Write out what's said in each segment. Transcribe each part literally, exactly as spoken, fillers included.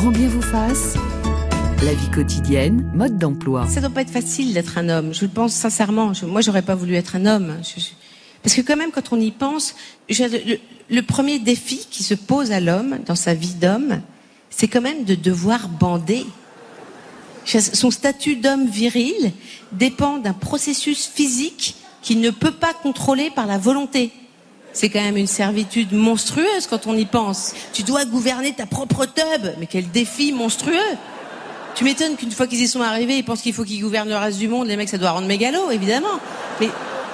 grand bien vous fasse. La vie quotidienne, mode d'emploi. Ça doit pas être facile d'être un homme. Je le pense sincèrement. Je, moi, j'aurais pas voulu être un homme. Je, je, parce que quand même, quand on y pense, je, le, le premier défi qui se pose à l'homme dans sa vie d'homme, c'est quand même de devoir bander. Son statut d'homme viril dépend d'un processus physique qu'il ne peut pas contrôler par la volonté. C'est quand même une servitude monstrueuse quand on y pense. Tu dois gouverner ta propre teub. Mais quel défi monstrueux! Tu m'étonnes qu'une fois qu'ils y sont arrivés, ils pensent qu'il faut qu'ils gouvernent le reste du monde. Les mecs, ça doit rendre mégalo, évidemment. Mais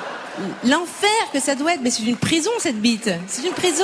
l'enfer que ça doit être, mais c'est une prison, cette bite. C'est une prison.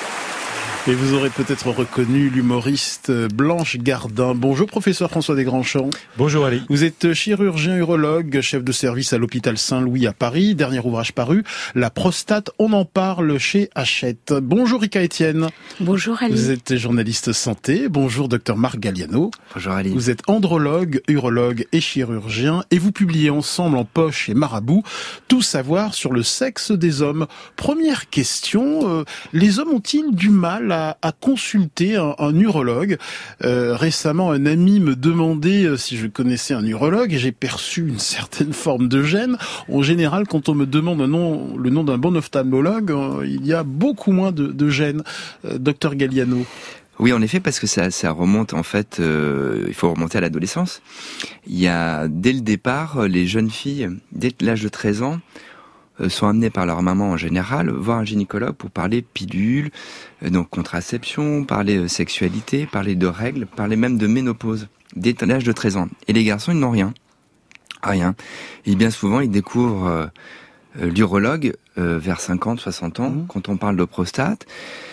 Et vous aurez peut-être reconnu l'humoriste Blanche Gardin. Bonjour professeur François Desgrands-Champs. Bonjour Ali. Vous êtes chirurgien urologue, chef de service à l'hôpital Saint-Louis à Paris. Dernier ouvrage paru, La prostate, on en parle chez Hachette. Bonjour Rika Etienne. Bonjour Ali. Vous êtes journaliste santé. Bonjour docteur Marc Galliano. Bonjour Ali. Vous êtes andrologue, urologue et chirurgien et vous publiez ensemble en poche et marabout Tout savoir sur le sexe des hommes. Première question, euh, les hommes ont-ils du mal à, à consulter un, un urologue? euh, Récemment, un ami me demandait euh, si je connaissais un urologue et j'ai perçu une certaine forme de gêne. En général, quand on me demande un nom, le nom d'un bon ophtalmologue, euh, il y a beaucoup moins de, de gêne. Euh, docteur Galliano. Oui, en effet, parce que ça, ça remonte, en fait, euh, il faut remonter à l'adolescence. Il y a, dès le départ, les jeunes filles, dès l'âge de treize ans, euh, sont amenées par leur maman, en général, voir un gynécologue pour parler pilule, euh, donc contraception, parler euh, sexualité, parler de règles, parler même de ménopause, dès l'âge de treize ans. Et les garçons, ils n'ont rien. Rien. Et bien souvent, ils découvrent euh, euh, l'urologue euh, vers cinquante, soixante ans, mmh. quand on parle de prostate.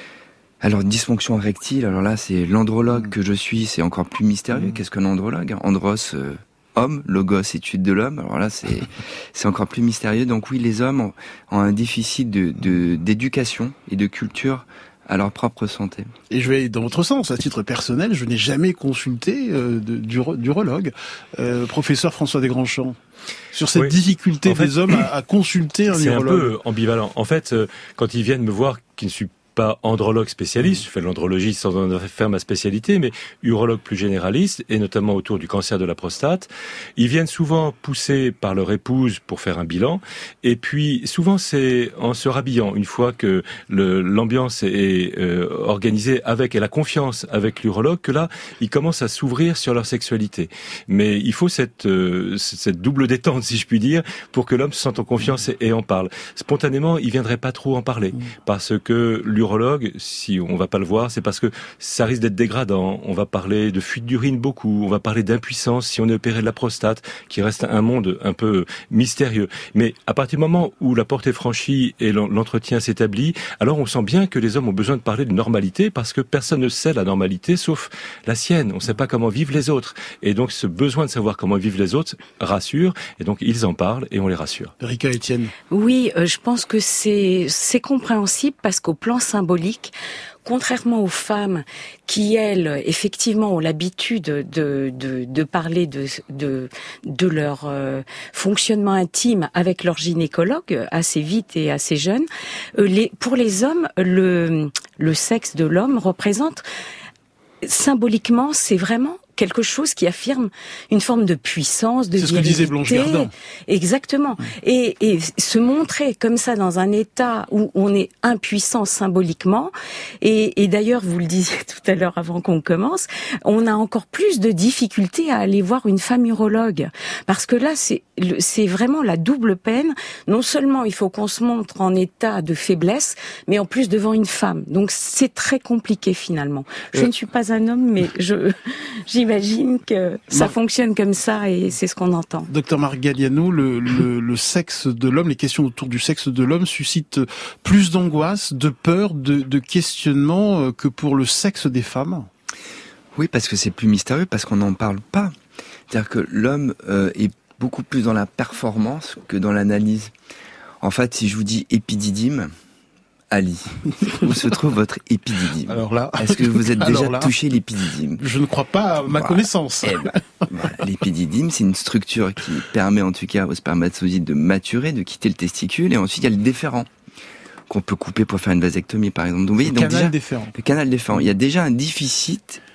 Alors, dysfonction érectile, alors là, c'est l'andrologue que je suis, c'est encore plus mystérieux. Mmh. Qu'est-ce qu'un andrologue? Andros, euh, homme, logos, étude de l'homme. Alors là, c'est c'est encore plus mystérieux. Donc oui, les hommes ont, ont un déficit de, de d'éducation et de culture à leur propre santé. Et je vais dans votre sens, à titre personnel, je n'ai jamais consulté euh, de, d'urologue. Euh, professeur François Desgrands-Champs, sur cette oui. difficulté en fait, des hommes à, à consulter un c'est urologue. C'est un peu ambivalent. En fait, euh, quand ils viennent me voir, qui ne suis pas andrologue spécialiste, je fais de l'andrologie sans en faire ma spécialité, mais urologue plus généraliste, et notamment autour du cancer de la prostate. Ils viennent souvent poussés par leur épouse pour faire un bilan, et puis souvent c'est en se rhabillant, une fois que le, l'ambiance est euh, organisée avec, et la confiance avec l'urologue, que là, ils commencent à s'ouvrir sur leur sexualité. Mais il faut cette, euh, cette double détente, si je puis dire, pour que l'homme se sente en confiance et, et en parle. Spontanément, il viendrait pas trop en parler, parce que l'urologue, si on va pas le voir, c'est parce que ça risque d'être dégradant. On va parler de fuite d'urine beaucoup, on va parler d'impuissance si on est opéré de la prostate, qui reste un monde un peu mystérieux. Mais à partir du moment où la porte est franchie et l'entretien s'établit, alors on sent bien que les hommes ont besoin de parler de normalité, parce que personne ne sait la normalité sauf la sienne. On ne sait pas comment vivent les autres. Et donc ce besoin de savoir comment vivent les autres rassure, et donc ils en parlent et on les rassure. Rika Etienne. Oui, euh, je pense que c'est, c'est compréhensible, parce qu'au plan symbolique, contrairement aux femmes qui, elles, effectivement, ont l'habitude de, de, de parler de, de, de leur euh, fonctionnement intime avec leur gynécologue assez vite et assez jeune, euh, les, pour les hommes, le, le sexe de l'homme représente, symboliquement, c'est vraiment quelque chose qui affirme une forme de puissance, de c'est virilité. C'est ce que disait Blanche Gardin. Exactement. Et, et se montrer comme ça dans un état où on est impuissant symboliquement, et, et d'ailleurs, vous le disiez tout à l'heure avant qu'on commence, on a encore plus de difficultés à aller voir une femme urologue. Parce que là, c'est, c'est vraiment la double peine. Non seulement il faut qu'on se montre en état de faiblesse, mais en plus devant une femme. Donc c'est très compliqué finalement. Je euh... ne suis pas un homme, mais je, j'imagine J'imagine que ça Mar- fonctionne comme ça, et c'est ce qu'on entend. Docteur Marc Galliano, le, le, le sexe de l'homme, les questions autour du sexe de l'homme suscitent plus d'angoisse, de peur, de, de questionnement que pour le sexe des femmes? Oui, parce que c'est plus mystérieux, parce qu'on n'en parle pas. C'est-à-dire que l'homme euh, est beaucoup plus dans la performance que dans l'analyse. En fait, si je vous dis épididyme, Ali, où se trouve votre épididyme? Alors là, est-ce que vous êtes déjà là, touché l'épididyme? Je ne crois pas à ma voilà. connaissance. Eh ben, voilà. L'épididyme, c'est une structure qui permet en tout cas au spermatozoïde de maturer, de quitter le testicule, et ensuite il y a le déférent qu'on peut couper pour faire une vasectomie, par exemple. Donc, vous voyez, le donc canal déjà, déférent. Le canal déférent. Il y a déjà un déficit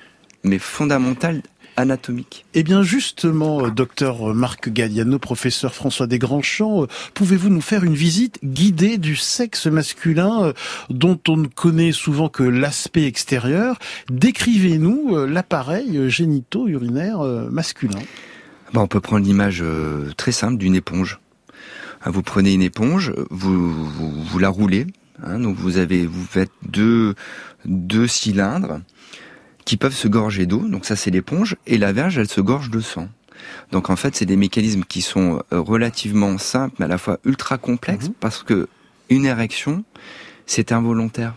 mais fondamentale, anatomique. Eh bien justement, docteur Marc Galliano, professeur François Desgrands-Champs, pouvez-vous nous faire une visite guidée du sexe masculin dont on ne connaît souvent que l'aspect extérieur? Décrivez-nous l'appareil génito-urinaire masculin. Ben, on peut prendre l'image très simple d'une éponge. Vous prenez une éponge, vous, vous, vous la roulez, hein, donc vous avez, vous faites deux, deux cylindres qui peuvent se gorger d'eau, donc ça c'est l'éponge, et la verge elle se gorge de sang. Donc en fait c'est des mécanismes qui sont relativement simples mais à la fois ultra complexes, mmh. parce que une érection c'est involontaire.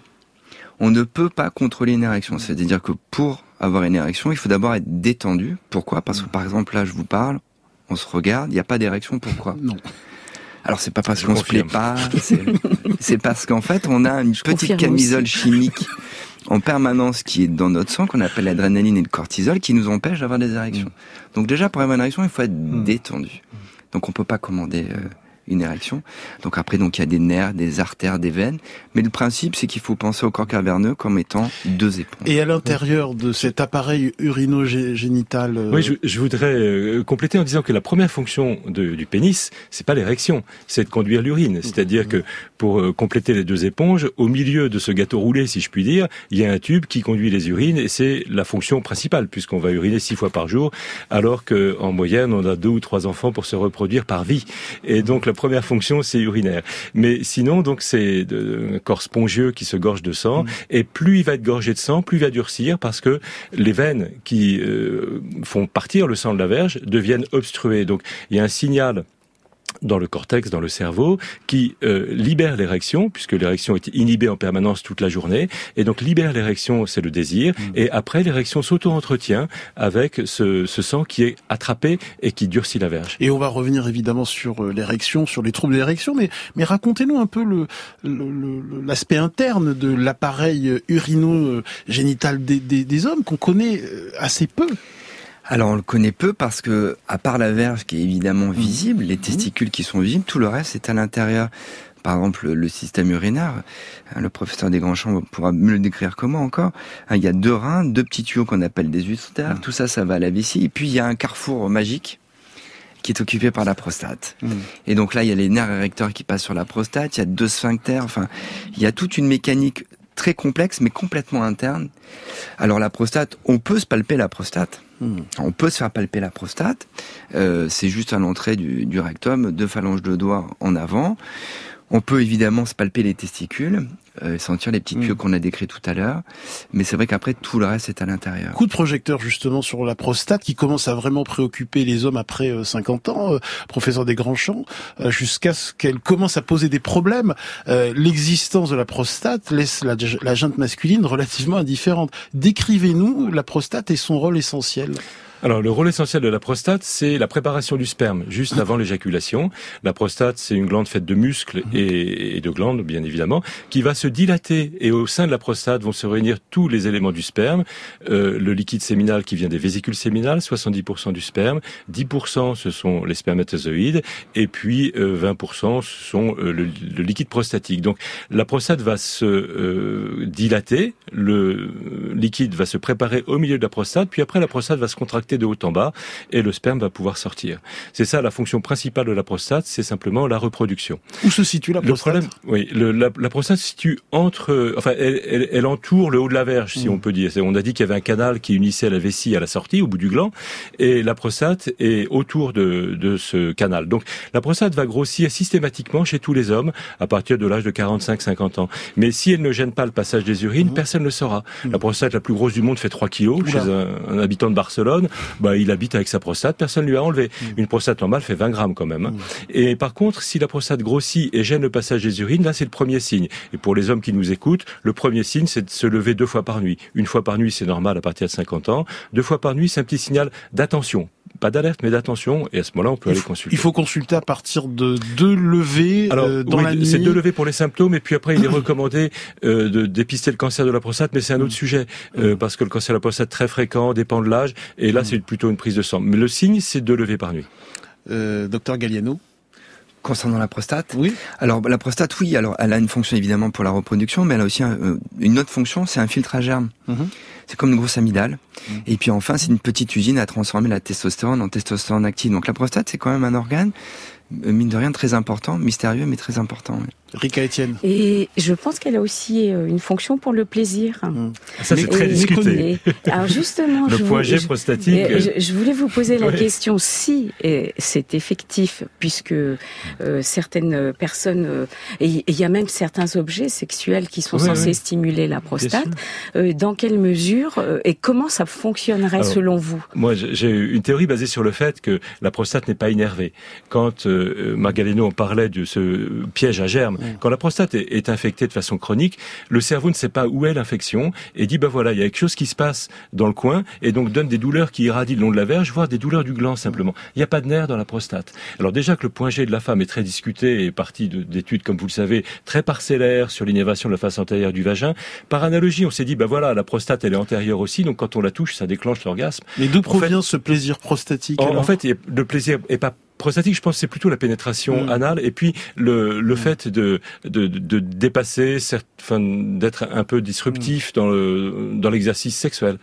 On ne peut pas contrôler une érection, c'est-à-dire que pour avoir une érection il faut d'abord être détendu. Pourquoi ? Parce que par exemple là je vous parle, on se regarde, il n'y a pas d'érection, pourquoi ? Non. Alors c'est pas parce qu'on se plaît pas, c'est, c'est parce qu'en fait on a une je petite camisole aussi. chimique en permanence qui est dans notre sang, qu'on appelle l'adrénaline et le cortisol, qui nous empêche d'avoir des érections. Mmh. Donc déjà, pour avoir une érection, il faut être mmh. détendu. Donc on peut pas commander euh, une érection. Donc après, donc il y a des nerfs, des artères, des veines. Mais le principe, c'est qu'il faut penser au corps caverneux comme étant deux éponges. Et à l'intérieur de cet appareil urinogénital... Euh... Oui, je, je voudrais euh, compléter en disant que la première fonction de, du pénis, c'est pas l'érection, c'est de conduire l'urine. C'est-à-dire mmh. que pour euh, compléter les deux éponges, au milieu de ce gâteau roulé, si je puis dire, il y a un tube qui conduit les urines et c'est la fonction principale puisqu'on va uriner six fois par jour, alors qu'en moyenne, on a deux ou trois enfants pour se reproduire par vie. Et donc la première fonction, c'est urinaire. Mais sinon, donc c'est de, un corps spongieux qui se gorge de sang, mmh. et plus il va être gorgé de sang, plus il va durcir parce que les veines qui euh, font partir le sang de la verge deviennent obstruées. Donc il y a un signal dans le cortex, dans le cerveau, qui euh, libère l'érection, puisque l'érection est inhibée en permanence toute la journée, et donc libère l'érection, c'est le désir, mmh. et après l'érection s'auto-entretient avec ce, ce sang qui est attrapé et qui durcit la verge. Et on va revenir évidemment sur l'érection, sur les troubles d'érection, mais, mais racontez-nous un peu le, le, le, l'aspect interne de l'appareil urino-génital des, des, des hommes qu'on connaît assez peu. Alors on le connaît peu parce que, à part la verge qui est évidemment visible, les testicules qui sont visibles, tout le reste est à l'intérieur. Par exemple, le système urinaire, le professeur Desgrands-Champs pourra mieux le décrire comment encore. Il y a deux reins, deux petits tuyaux qu'on appelle des urétères, mmh. tout ça, ça va à la vessie. Et puis il y a un carrefour magique qui est occupé par la prostate. Mmh. Et donc là, il y a les nerfs érecteurs qui passent sur la prostate, il y a deux sphincters, enfin, il y a toute une mécanique très complexe, mais complètement interne. Alors la prostate, on peut se palper la prostate. Mmh. On peut se faire palper la prostate. Euh, c'est juste à l'entrée du, du rectum, deux phalanges de doigts en avant. On peut évidemment se palper les testicules, euh, sentir les petits tuyaux mmh. qu'on a décrits tout à l'heure. Mais c'est vrai qu'après, tout le reste est à l'intérieur. Coup de projecteur justement sur la prostate qui commence à vraiment préoccuper les hommes après euh, cinquante ans, euh, professeur Desgrands-Champs, euh, jusqu'à ce qu'elle commence à poser des problèmes. Euh, l'existence de la prostate laisse la, la junte masculine relativement indifférente. Décrivez-nous la prostate et son rôle essentiel. Alors, le rôle essentiel de la prostate, c'est la préparation du sperme, juste avant l'éjaculation. La prostate, c'est une glande faite de muscles et, et de glandes, bien évidemment, qui va se dilater. Et au sein de la prostate vont se réunir tous les éléments du sperme. Euh, le liquide séminal qui vient des vésicules séminales, soixante-dix pour cent du sperme. dix pour cent, ce sont les spermatozoïdes. Et puis, euh, vingt pour cent, ce sont euh, le, le liquide prostatique. Donc, la prostate va se euh, dilater. Le liquide va se préparer au milieu de la prostate. Puis après, la prostate va se contracter de haut en bas et le sperme va pouvoir sortir. C'est ça la fonction principale de la prostate, c'est simplement la reproduction. Où se situe la prostate ? Le problème, oui, le, la, la prostate se situe entre, enfin, elle, elle, elle entoure le haut de la verge, si mmh. on peut dire. On a dit qu'il y avait un canal qui unissait la vessie à la sortie, au bout du gland, et la prostate est autour de, de ce canal. Donc, la prostate va grossir systématiquement chez tous les hommes à partir de l'âge de quarante-cinq à cinquante ans. Mais si elle ne gêne pas le passage des urines, mmh. personne ne le saura. Mmh. La prostate la plus grosse du monde fait trois kilos. Oula. Chez un, un habitant de Barcelone. Bah, il habite avec sa prostate, personne ne lui a enlevé. Mmh. Une prostate normale fait vingt grammes quand même. Hein. Mmh. Et par contre, si la prostate grossit et gêne le passage des urines, là c'est le premier signe. Et pour les hommes qui nous écoutent, le premier signe c'est de se lever deux fois par nuit. Une fois par nuit c'est normal à partir de cinquante ans. Deux fois par nuit c'est un petit signal d'attention. Pas d'alerte, mais d'attention. Et à ce moment-là, on peut il aller faut, consulter. Il faut consulter à partir de deux levées Alors, euh, dans oui, la nuit. C'est deux levées pour les symptômes, et puis après, il est recommandé euh, de dépister le cancer de la prostate, mais c'est un autre sujet, euh, parce que le cancer de la prostate très fréquent, dépend de l'âge, et là, c'est plutôt une prise de sang. Mais le signe, c'est deux levées par nuit. Euh, docteur Galliano ? Concernant la prostate, oui. Alors la prostate, oui, alors elle a une fonction évidemment pour la reproduction, mais elle a aussi un, une autre fonction, c'est un filtre à germes. Mmh. C'est comme une grosse amygdale. Mmh. Et puis enfin, c'est une petite usine à transformer la testostérone en testostérone active. Donc la prostate, c'est quand même un organe, mine de rien, très important, mystérieux, mais très important. Oui. Rika Etienne. Et je pense qu'elle a aussi une fonction pour le plaisir. Mmh. Ça, c'est et, très discuté. Et, alors justement, le je, point G je, prostatique. Je, je voulais vous poser la oui. question si c'est effectif, puisque euh, certaines personnes, euh, et il y a même certains objets sexuels qui sont oui, censés oui. stimuler la prostate, euh, dans quelle mesure euh, et comment ça fonctionnerait alors, selon vous? Moi, j'ai une théorie basée sur le fait que la prostate n'est pas innervée. Quand euh, Marc Galeno en parlait de ce piège à germes, quand la prostate est, est infectée de façon chronique, le cerveau ne sait pas où est l'infection et dit bah voilà, il y a quelque chose qui se passe dans le coin et donc donne des douleurs qui irradient le long de la verge, voire des douleurs du gland simplement. Il n'y a pas de nerf dans la prostate. Alors déjà que le point G de la femme est très discuté et parti de, d'études, comme vous le savez, très parcellaires sur l'innervation de la face antérieure du vagin. Par analogie, on s'est dit bah voilà, la prostate elle est antérieure aussi, donc quand on la touche, ça déclenche l'orgasme. Mais d'où provient en fait, ce plaisir prostatique en, alors en fait, le plaisir est pas prostatique, je pense que c'est plutôt la pénétration mmh. anale et puis le, le mmh. fait de, de, de dépasser, enfin, d'être un peu disruptif mmh. dans, le, dans l'exercice sexuel.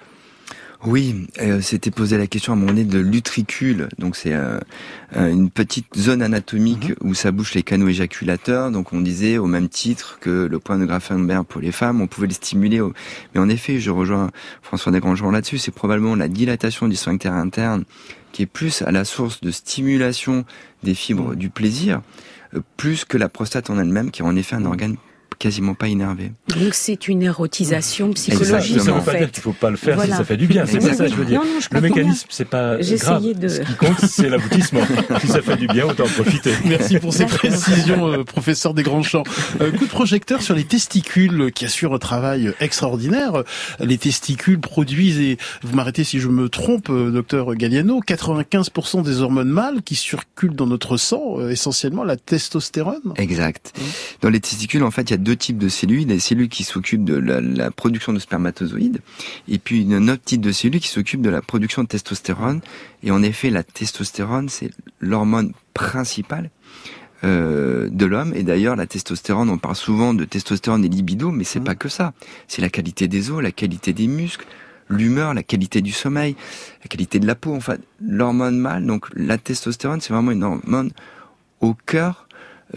Oui, euh, c'était posé la question à un moment donné de l'utricule. Donc c'est euh, une petite zone anatomique mmh. où s'abouchent les canaux éjaculateurs. Donc on disait au même titre que le point de Grafenberg pour les femmes, on pouvait le stimuler. Au... Mais en effet, je rejoins François Desgrands là-dessus, c'est probablement la dilatation du sphincter interne qui est plus à la source de stimulation des fibres mmh. du plaisir, euh, plus que la prostate en elle-même, qui est en effet un organe quasiment pas énervé. Donc c'est une érotisation psychologique. Ça ne en veut pas fait. dire qu'il ne faut pas le faire voilà. si ça fait du bien. C'est pas ça, je veux dire. Non, non, je le mécanisme, c'est pas grave. De... Ce qui compte, c'est l'aboutissement. Si ça fait du bien, autant en profiter. Merci pour ces précisions, euh, professeur Desgrands-Champs. Euh, coup de projecteur sur les testicules qui assurent un travail extraordinaire. Les testicules produisent, et vous m'arrêtez si je me trompe, euh, docteur Galliano, quatre-vingt-quinze pour cent des hormones mâles qui circulent dans notre sang, euh, essentiellement la testostérone. Exact. Mmh. Dans les testicules, en fait, il y a deux types de cellules, des cellules qui s'occupent de la, la production de spermatozoïdes, et puis un autre type de cellules qui s'occupent de la production de testostérone. Et en effet, la testostérone, c'est l'hormone principale euh, de l'homme. Et d'ailleurs, la testostérone, on parle souvent de testostérone et libido, mais c'est mmh. pas que ça. C'est la qualité des os, la qualité des muscles, l'humeur, la qualité du sommeil, la qualité de la peau. Enfin, l'hormone mâle, donc la testostérone, c'est vraiment une hormone au cœur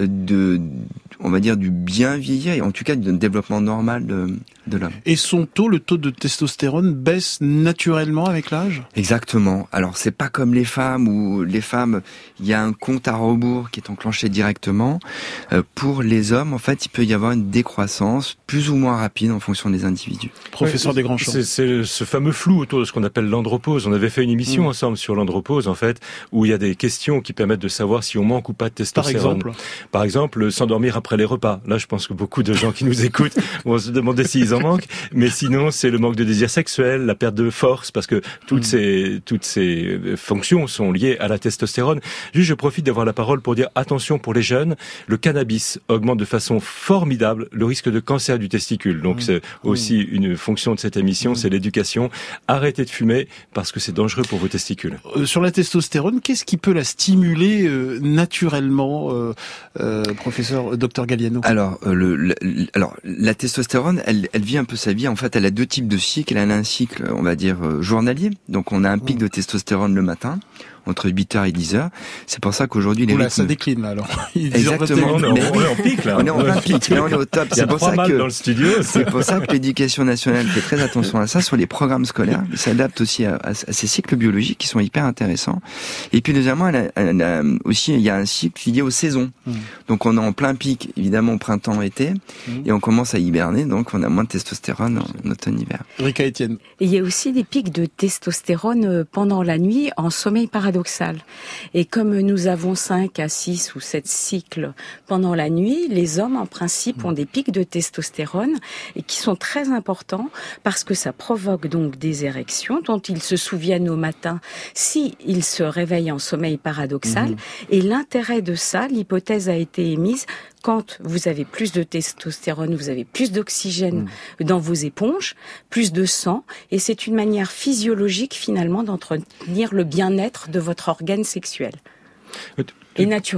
de, on va dire, du bien vieillir et en tout cas du développement normal de, de l'homme. Et son taux, le taux de testostérone baisse naturellement avec l'âge ? Exactement. Alors c'est pas comme les femmes où les femmes, il y a un compte à rebours qui est enclenché directement. Euh, pour les hommes, en fait, il peut y avoir une décroissance plus ou moins rapide en fonction des individus. Professeur ouais, Desgrands-Champs. C'est, c'est ce fameux flou autour de ce qu'on appelle l'andropause. On avait fait une émission mmh. ensemble sur l'andropause, en fait, où il y a des questions qui permettent de savoir si on manque ou pas de testostérone. Par exemple Par exemple, s'endormir après les repas. Là, je pense que beaucoup de gens qui nous écoutent vont se demander s'ils en manquent. Mais sinon, c'est le manque de désir sexuel, la perte de force, parce que toutes mmh. ces toutes ces fonctions sont liées à la testostérone. Juste, je profite d'avoir la parole pour dire attention pour les jeunes. Le cannabis augmente de façon formidable le risque de cancer du testicule. Donc, mmh. c'est aussi une fonction de cette émission, mmh. c'est l'éducation. Arrêtez de fumer parce que c'est dangereux pour vos testicules. Euh, sur la testostérone, qu'est-ce qui peut la stimuler euh, naturellement euh, euh, professeur, euh, docteur Galliano? Alors, euh, le, le, alors, la testostérone, elle, elle vit un peu sa vie. En fait, elle a deux types de cycles. Elle a un cycle, on va dire, euh, journalier. Donc, on a un pic de testostérone le matin, entre huit heures et dix heures. C'est pour ça qu'aujourd'hui, les Oula, rythmes... ça décline, là, alors. Exactement. On est, mais... on est en pic, là. On est en plein pic. Là, on est au top. Il y a c'est pour trois ça mâles que... dans le studio. C'est pour ça que l'éducation nationale fait très attention à ça sur les programmes scolaires. Ils s'adaptent aussi à, à, à ces cycles biologiques qui sont hyper intéressants. Et puis, deuxièmement, elle a, elle a aussi, il y a un cycle lié aux saisons. Mmh. Donc, on est en plein pic, évidemment, au printemps, été, mmh. et on commence à hiberner, donc on a moins de testostérone en automne, hiver. Rika Etienne. Et il y a aussi des pics de testostérone pendant la nuit en sommeil paradoxal. Et comme nous avons cinq à six ou sept cycles pendant la nuit, les hommes, en principe, ont des pics de testostérone et qui sont très importants parce que ça provoque donc des érections dont ils se souviennent au matin si ils se réveillent en sommeil paradoxal. Mmh. Et l'intérêt de ça, l'hypothèse a été émise, quand vous avez plus de testostérone, vous avez plus d'oxygène mmh. dans vos éponges, plus de sang, et c'est une manière physiologique finalement d'entretenir le bien-être de votre organe sexuel et naturel.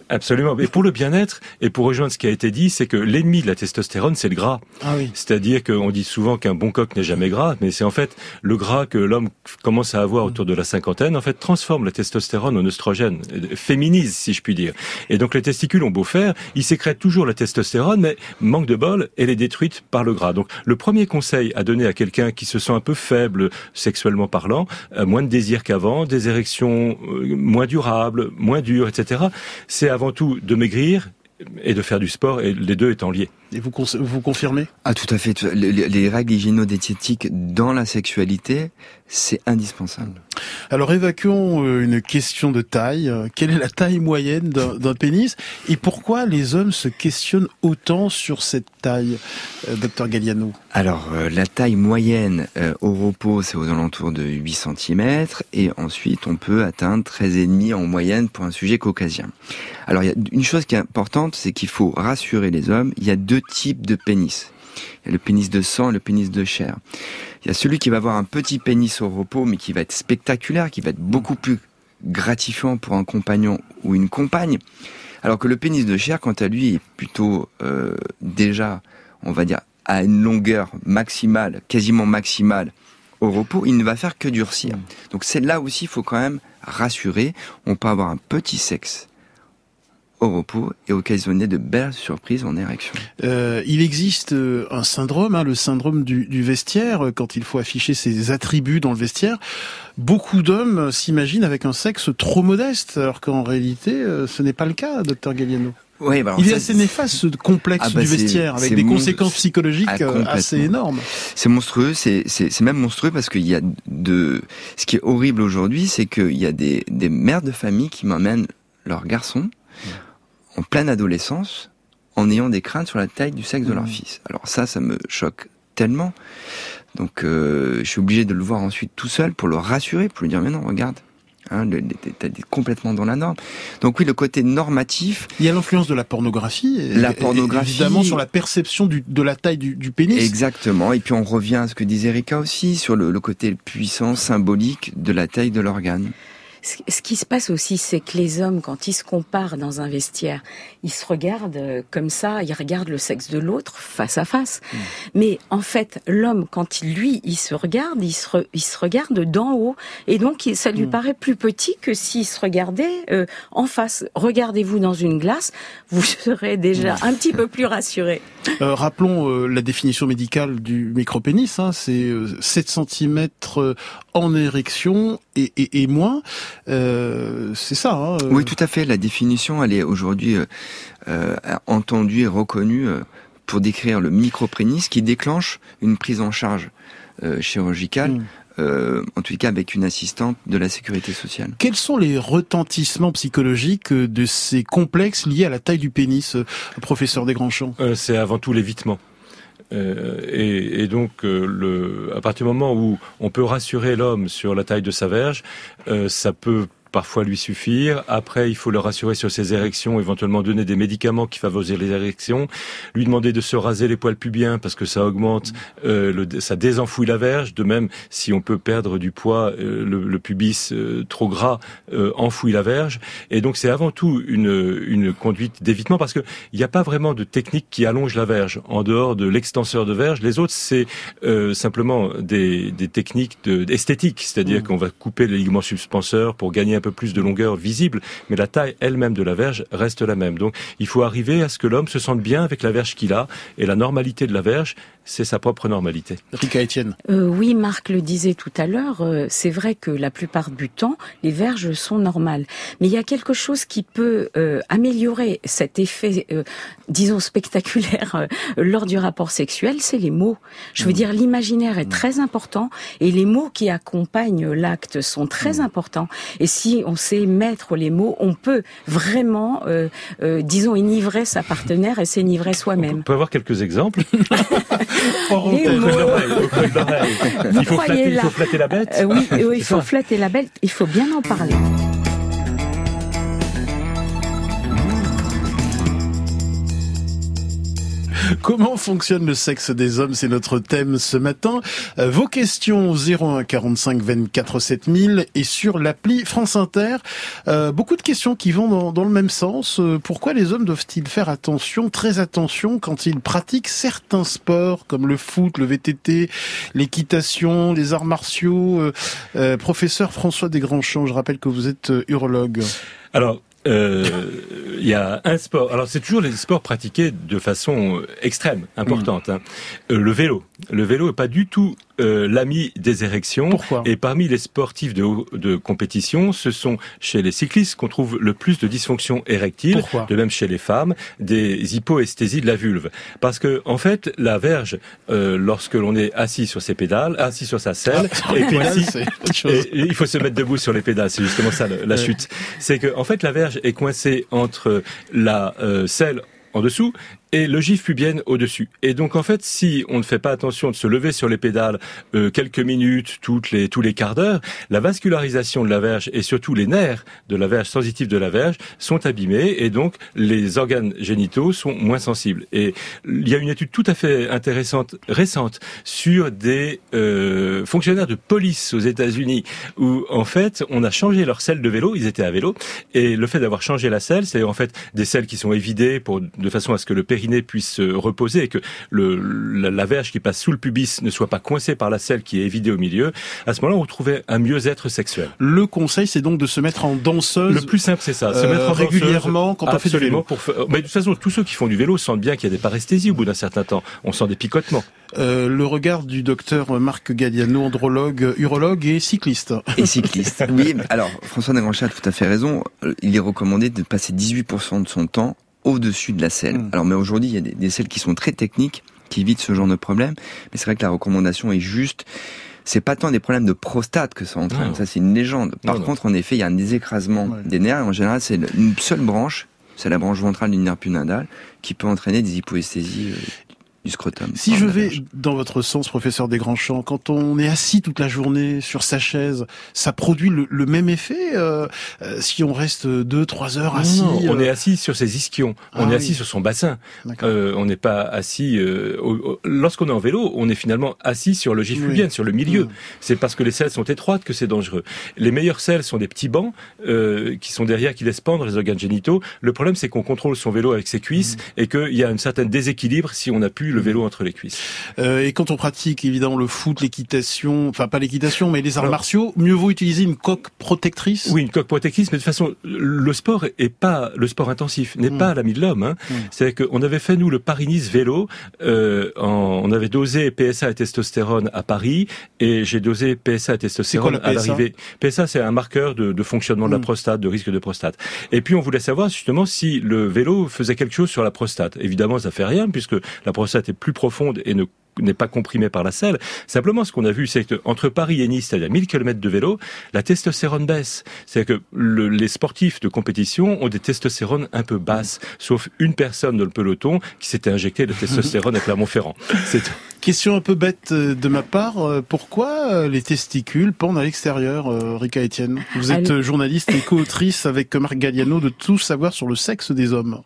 Absolument. Et pour le bien-être, et pour rejoindre ce qui a été dit, c'est que l'ennemi de la testostérone, c'est le gras. Ah oui. C'est-à-dire qu'on dit souvent qu'un bon coq n'est jamais gras, mais c'est en fait le gras que l'homme commence à avoir autour de la cinquantaine, en fait, transforme la testostérone en œstrogène, féminise, si je puis dire. Et donc les testicules ont beau faire, ils sécrètent toujours la testostérone, mais manque de bol, elle est détruite par le gras. Donc le premier conseil à donner à quelqu'un qui se sent un peu faible, sexuellement parlant, euh, moins de désir qu'avant, des érections euh, moins durables, moins dures, et cetera, c'est avant tout de maigrir et de faire du sport, et les deux étant liés. Et vous, vous confirmez ? Ah, tout à fait. Les, les règles hygiéno-diététiques dans la sexualité, c'est indispensable. Alors évacuons une question de taille. Quelle est la taille moyenne d'un, d'un pénis ? Et pourquoi les hommes se questionnent autant sur cette taille, euh, docteur Galliano ? Alors, euh, la taille moyenne euh, au repos, c'est aux alentours de huit centimètres. Et ensuite, on peut atteindre treize virgule cinq en moyenne pour un sujet caucasien. Alors, il y a une chose qui est importante, c'est qu'il faut rassurer les hommes. Il y a deux types de pénis. Il y a le pénis de sang et le pénis de chair. Il y a celui qui va avoir un petit pénis au repos, mais qui va être spectaculaire, qui va être beaucoup plus gratifiant pour un compagnon ou une compagne. Alors que le pénis de chair, quant à lui, est plutôt euh, déjà, on va dire, à une longueur maximale, quasiment maximale au repos, il ne va faire que durcir. Donc c'est là aussi, il faut quand même rassurer. On peut avoir un petit sexe au repos et occasionner de belles surprises en érection. Euh, il existe un syndrome, hein, le syndrome du, du vestiaire, quand il faut afficher ses attributs dans le vestiaire. Beaucoup d'hommes s'imaginent avec un sexe trop modeste, alors qu'en réalité, ce n'est pas le cas, docteur Galliano. Oui, bah alors il est ça, assez néfaste, ce complexe ah bah du c'est, vestiaire, avec des mon... conséquences psychologiques ah, assez énormes. C'est monstrueux, c'est, c'est, c'est même monstrueux parce qu'il y a de... Ce qui est horrible aujourd'hui, c'est qu'il y a des, des mères de famille qui m'emmènent leurs garçons en pleine adolescence, en ayant des craintes sur la taille du sexe de leur fils. Alors ça, ça me choque tellement. Donc euh, je suis obligé de le voir ensuite tout seul pour le rassurer, pour lui dire mais non, regarde, hein, t'es complètement dans la norme. Donc oui, le côté normatif. Il y a l'influence de la pornographie, et, la pornographie, évidemment sur la perception du, de la taille du, du pénis. Exactement. Et puis on revient à ce que disait Erika aussi sur le, le côté puissant, symbolique de la taille de l'organe. Ce qui se passe aussi, c'est que les hommes, quand ils se comparent dans un vestiaire, ils se regardent comme ça, ils regardent le sexe de l'autre face à face. Mmh. Mais en fait, l'homme, quand il, lui, il se regarde, il se, re, il se regarde d'en haut. Et donc, ça lui mmh. paraît plus petit que s'il se regardait euh, en face. Regardez-vous dans une glace, vous serez déjà mmh. un petit peu plus rassuré. Euh, rappelons euh, la définition médicale du micropénis, hein, c'est euh, sept centimètres en érection et, et, et moins. Euh, c'est ça. Hein, euh... Oui, tout à fait. La définition, elle est aujourd'hui euh, euh, entendue et reconnue euh, pour décrire le micropénis qui déclenche une prise en charge euh, chirurgicale. Mmh. Euh, en tout cas avec une assistante de la sécurité sociale. Quels sont les retentissements psychologiques de ces complexes liés à la taille du pénis, professeur Desgrandchamps ? euh, C'est avant tout l'évitement. Euh, et, et donc, euh, le, à partir du moment où on peut rassurer l'homme sur la taille de sa verge, euh, ça peut parfois lui suffire. Après, il faut le rassurer sur ses érections, éventuellement donner des médicaments qui favorisent les érections, lui demander de se raser les poils pubiens parce que ça augmente, euh, le, ça désenfouit la verge. De même, si on peut perdre du poids, euh, le, le pubis euh, trop gras euh, enfouit la verge. Et donc, c'est avant tout une, une conduite d'évitement parce que il n'y a pas vraiment de technique qui allonge la verge en dehors de l'extenseur de verge. Les autres, c'est euh, simplement des, des techniques de, esthétiques, c'est-à-dire mmh. qu'on va couper les ligaments suspenseurs pour gagner un peu plus de longueur visible, mais la taille elle-même de la verge reste la même. Donc, il faut arriver à ce que l'homme se sente bien avec la verge qu'il a, et la normalité de la verge, c'est sa propre normalité. Rika Etienne. Euh, oui, Marc le disait tout à l'heure, euh, c'est vrai que la plupart du temps, les verges sont normales. Mais il y a quelque chose qui peut euh, améliorer cet effet, euh, disons, spectaculaire euh, lors du rapport sexuel, c'est les mots. Je veux mmh. dire, l'imaginaire est mmh. très important, et les mots qui accompagnent l'acte sont très mmh. importants. Et si on sait mettre les mots, on peut vraiment, euh, euh, disons, enivrer sa partenaire et s'enivrer soi-même. On peut avoir quelques exemples. Les mots. Il faut flatter, il faut flatter la bête. Euh, oui, oui, il faut flatter la bête. Il faut bien en parler. Comment fonctionne le sexe des hommes? C'est notre thème ce matin. Euh, vos questions zéro un quarante-cinq vingt-quatre sept mille et sur l'appli France Inter. Euh, beaucoup de questions qui vont dans, dans le même sens. Euh, pourquoi les hommes doivent-ils faire attention, très attention, quand ils pratiquent certains sports comme le foot, le V T T, l'équitation, les arts martiaux? euh, euh, Professeur François Desgrandchamps, je rappelle que vous êtes urologue. Alors, il euh, y a un sport. Alors, c'est toujours les sports pratiqués de façon extrême, importante. Mmh. Hein. Euh, le vélo. Le vélo est pas du tout euh, l'ami des érections. Pourquoi ? Et parmi les sportifs de, de compétition, ce sont chez les cyclistes qu'on trouve le plus de dysfonction érectile. Pourquoi ? De même chez les femmes, des hypoesthésies de la vulve. Parce que, en fait, la verge, euh, lorsque l'on est assis sur ses pédales, assis sur sa selle, ah, et puis assis, c'est autre chose. Et, et il faut se mettre debout sur les pédales. C'est justement ça, la ouais. chute. C'est que, en fait, la verge est coincée entre la euh, selle en dessous et l'ogive pubienne au-dessus. Et donc, en fait, si on ne fait pas attention de se lever sur les pédales euh, quelques minutes, toutes les, tous les quarts d'heure, la vascularisation de la verge et surtout les nerfs de la verge, sensitifs de la verge, sont abîmés et donc les organes génitaux sont moins sensibles. Et il y a une étude tout à fait intéressante, récente, sur des euh, fonctionnaires de police aux États-Unis où, en fait, on a changé leur selle de vélo, ils étaient à vélo, et le fait d'avoir changé la selle, c'est en fait des selles qui sont évidées pour, de façon à ce que le périnée puisse se reposer et que le, la, la verge qui passe sous le pubis ne soit pas coincée par la selle qui est évidée au milieu. À ce moment-là, on retrouvait un mieux-être sexuel. Le conseil, c'est donc de se mettre en danseuse. Le plus simple, c'est ça. Se euh, mettre en régulièrement danseuse, quand on fait du vélo. Pour, mais de toute façon, tous ceux qui font du vélo sentent bien qu'il y a des paresthésies au bout d'un certain temps. On sent des picotements. Euh, le regard du docteur Marc Galliano, andrologue, urologue et cycliste. Et cycliste. Oui, alors François Desgrandchamps a tout à fait raison. Il est recommandé de passer dix-huit pour cent de son temps au-dessus de la selle. Mmh. Alors, mais aujourd'hui, il y a des, des selles qui sont très techniques, qui évitent ce genre de problème. Mais c'est vrai que la recommandation est juste. C'est pas tant des problèmes de prostate que ça entraîne. Non. Ça, c'est une légende. Par non, contre, non. en effet, il y a un désécrasement ouais. des nerfs. Et en général, c'est une seule branche. C'est la branche ventrale du nerf pudendal qui peut entraîner des hypoesthésies euh, du scrotum. Si je vais dans votre sens, professeur Desgrandchamps, quand on est assis toute la journée sur sa chaise, ça produit le, le même effet euh, euh, si on reste deux, trois heures assis. Non, non, euh... on est assis sur ses ischions, on ah, est assis oui. sur son bassin. Euh, on n'est pas assis. Euh, au, au, lorsqu'on est en vélo, on est finalement assis sur l'ogive oui. pubienne, sur le milieu. Mmh. C'est parce que les selles sont étroites que c'est dangereux. Les meilleures selles sont des petits bancs euh, qui sont derrière, qui laissent pendre les organes génitaux. Le problème, c'est qu'on contrôle son vélo avec ses cuisses mmh. et qu'il y a un certain déséquilibre si on appuie le vélo entre les cuisses. Euh, et quand on pratique évidemment le foot, l'équitation, enfin pas l'équitation, mais les arts Alors, martiaux, mieux vaut utiliser une coque protectrice. Oui, une coque protectrice, mais de toute façon, le sport est pas le sport intensif n'est mmh. pas à l'ami de l'homme. Hein. Mmh. C'est-à-dire qu'on avait fait nous le Paris-Nice vélo, euh, en, on avait dosé P S A et testostérone à Paris, et j'ai dosé P S A et testostérone à l'arrivée. P S A, c'est un marqueur de, de fonctionnement mmh. de la prostate, de risque de prostate. Et puis on voulait savoir justement si le vélo faisait quelque chose sur la prostate. Évidemment, ça fait rien puisque la prostate est plus profonde et ne n'est pas comprimée par la selle. Simplement, ce qu'on a vu, c'est que entre Paris et Nice, c'est-à-dire mille kilomètres de vélo, la testostérone baisse. C'est-à-dire que le, les sportifs de compétition ont des testostérones un peu basses, sauf une personne dans le peloton qui s'était injecté de testostérone à Clermont-Ferrand. C'est tout. Question un peu bête de ma part, pourquoi les testicules pendent à l'extérieur, Rika Etienne? Vous êtes Allez. journaliste et co-autrice avec Marc Galliano de Tout savoir sur le sexe des hommes.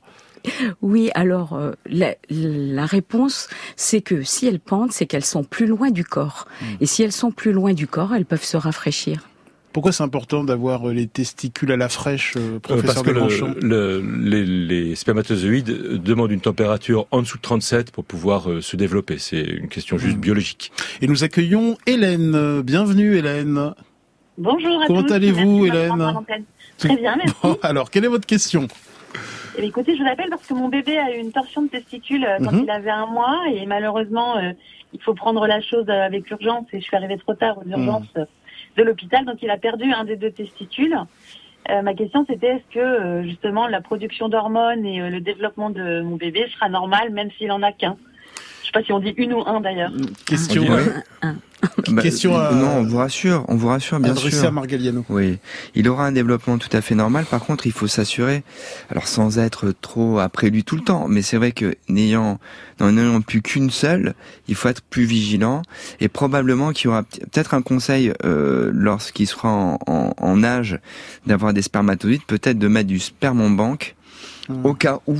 Oui, alors euh, la, la réponse, c'est que si elles pendent, c'est qu'elles sont plus loin du corps. Mmh. Et si elles sont plus loin du corps, elles peuvent se rafraîchir. Pourquoi c'est important d'avoir les testicules à la fraîche, euh, professeur Desgrandchamps ? Parce que le, le, les, les spermatozoïdes demandent une température en dessous de trente-sept pour pouvoir euh, se développer. C'est une question juste mmh. biologique. Et nous accueillons Hélène. Bienvenue Hélène. Bonjour à Comment tous. Comment allez-vous Hélène ? Très bien, merci. Bon, alors, quelle est votre question ? Eh bien, écoutez, je vous appelle parce que mon bébé a eu une torsion de testicule quand mmh. il avait un mois et malheureusement, euh, il faut prendre la chose avec urgence et je suis arrivée trop tard aux urgences mmh. de l'hôpital, donc il a perdu un des deux testicules. Euh, ma question c'était est-ce que euh, justement la production d'hormones et euh, le développement de mon bébé sera normal même s'il en a qu'un. Je sais pas si on dit une ou un d'ailleurs. Question. Un. Bah, Question à... Non, on vous rassure, on vous rassure, bien adressé sûr. à Marc Galliano. Oui, il aura un développement tout à fait normal. Par contre, il faut s'assurer, alors sans être trop après lui tout le temps, mais c'est vrai que n'ayant, n'en ayant plus qu'une seule, il faut être plus vigilant et probablement qu'il y aura peut-être un conseil euh, lorsqu'il sera en, en, en âge d'avoir des spermatozoïdes, peut-être de mettre du sperme en banque mmh. au cas où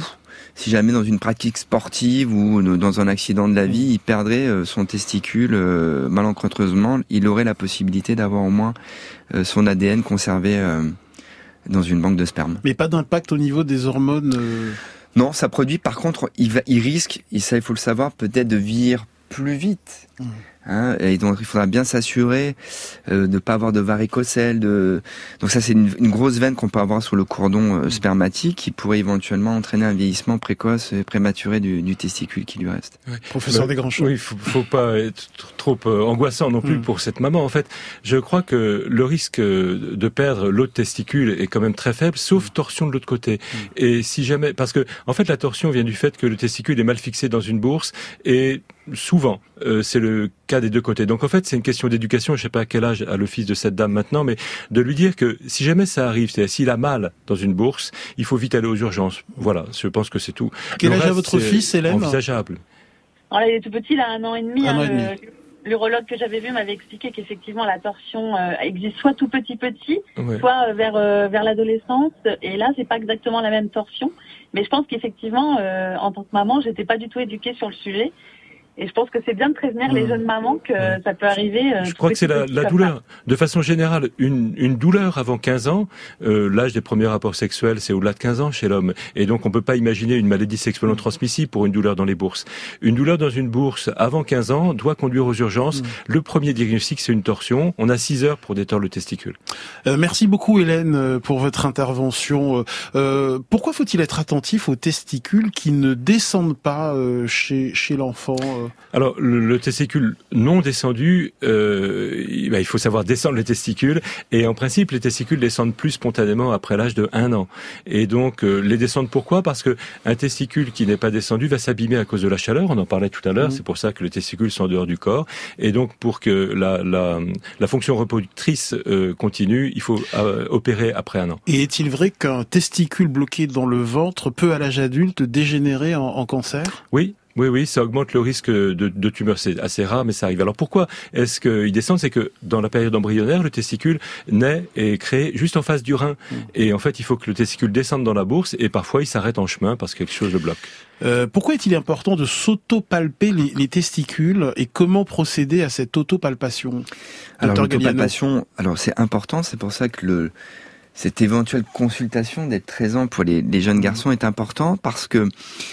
si jamais dans une pratique sportive ou dans un accident de la vie, il perdrait son testicule euh, malencontreusement, il aurait la possibilité d'avoir au moins euh, son A D N conservé euh, dans une banque de sperme. Mais pas d'impact au niveau des hormones euh... Non, ça produit, par contre, il, va, il risque, et ça il faut le savoir, peut-être de vieillir plus vite. Mmh. Hein, et donc il faudra bien s'assurer euh, de ne pas avoir de varicocèle. De... Donc ça c'est une, une grosse veine qu'on peut avoir sur le cordon euh, spermatique qui pourrait éventuellement entraîner un vieillissement précoce et prématuré du, du testicule qui lui reste. Ouais. Professeur Mais, Desgrands-Champs. Oui, il faut, faut pas être trop euh, angoissant non plus mmh. pour cette maman. En fait, je crois que le risque de perdre l'autre testicule est quand même très faible, sauf mmh. torsion de l'autre côté. Mmh. Et si jamais, parce que en fait la torsion vient du fait que le testicule est mal fixé dans une bourse et souvent, euh, c'est le cas des deux côtés. Donc en fait, c'est une question d'éducation. Je sais pas à quel âge a le fils de cette dame maintenant, mais de lui dire que si jamais ça arrive, c'est-à-dire s'il a mal dans une bourse, il faut vite aller aux urgences. Voilà, je pense que c'est tout. Quel âge a votre fils, Hélène ? Envisageable. Alors, il est tout petit, il a un an et demi. Un hein, an et demi. Le... L'urologue que j'avais vu m'avait expliqué qu'effectivement la torsion euh, existe soit tout petit petit, ouais. soit euh, vers euh, vers l'adolescence. Et là, c'est pas exactement la même torsion. Mais je pense qu'effectivement, euh, en tant que maman, j'étais pas du tout éduquée sur le sujet. Et je pense que c'est bien de prévenir mmh. les jeunes mamans que mmh. ça peut arriver. Euh, je crois que c'est la, la douleur. Ça. De façon générale, une, une douleur avant quinze ans, euh, l'âge des premiers rapports sexuels, c'est au-delà de quinze ans chez l'homme. Et donc, on peut pas imaginer une maladie sexuellement transmissible pour une douleur dans les bourses. Une douleur dans une bourse avant quinze ans doit conduire aux urgences. Mmh. Le premier diagnostic, c'est une torsion. On a six heures pour détordre le testicule. Euh, merci beaucoup, Hélène, pour votre intervention. Euh, pourquoi faut-il être attentif aux testicules qui ne descendent pas euh, chez, chez l'enfant euh Alors, le, le testicule non descendu, euh, il, bah, il faut savoir descendre les testicules. Et en principe, les testicules descendent plus spontanément après l'âge de un an. Et donc, euh, les descendre pourquoi ? Parce que un testicule qui n'est pas descendu va s'abîmer à cause de la chaleur. On en parlait tout à l'heure. Mmh. C'est pour ça que les testicules sont en dehors du corps. Et donc, pour que la, la, la fonction reproductrice euh, continue, il faut euh, opérer après un an. Et est-il vrai qu'un testicule bloqué dans le ventre peut, à l'âge adulte, dégénérer en, en cancer ? Oui. Oui, oui, ça augmente le risque de, de tumeur. C'est assez rare, mais ça arrive. Alors pourquoi est-ce qu'il descend ? C'est que dans la période embryonnaire, le testicule naît et est créé juste en face du rein. Mmh. Et en fait, il faut que le testicule descende dans la bourse et parfois il s'arrête en chemin parce que quelque chose le bloque. Euh, pourquoi est-il important de s'auto-palper les, les testicules et comment procéder à cette auto-palpation ? Alors l'autopalpation, alors c'est important, c'est pour ça que le cette éventuelle consultation d'être treize ans pour les, les jeunes garçons est important parce que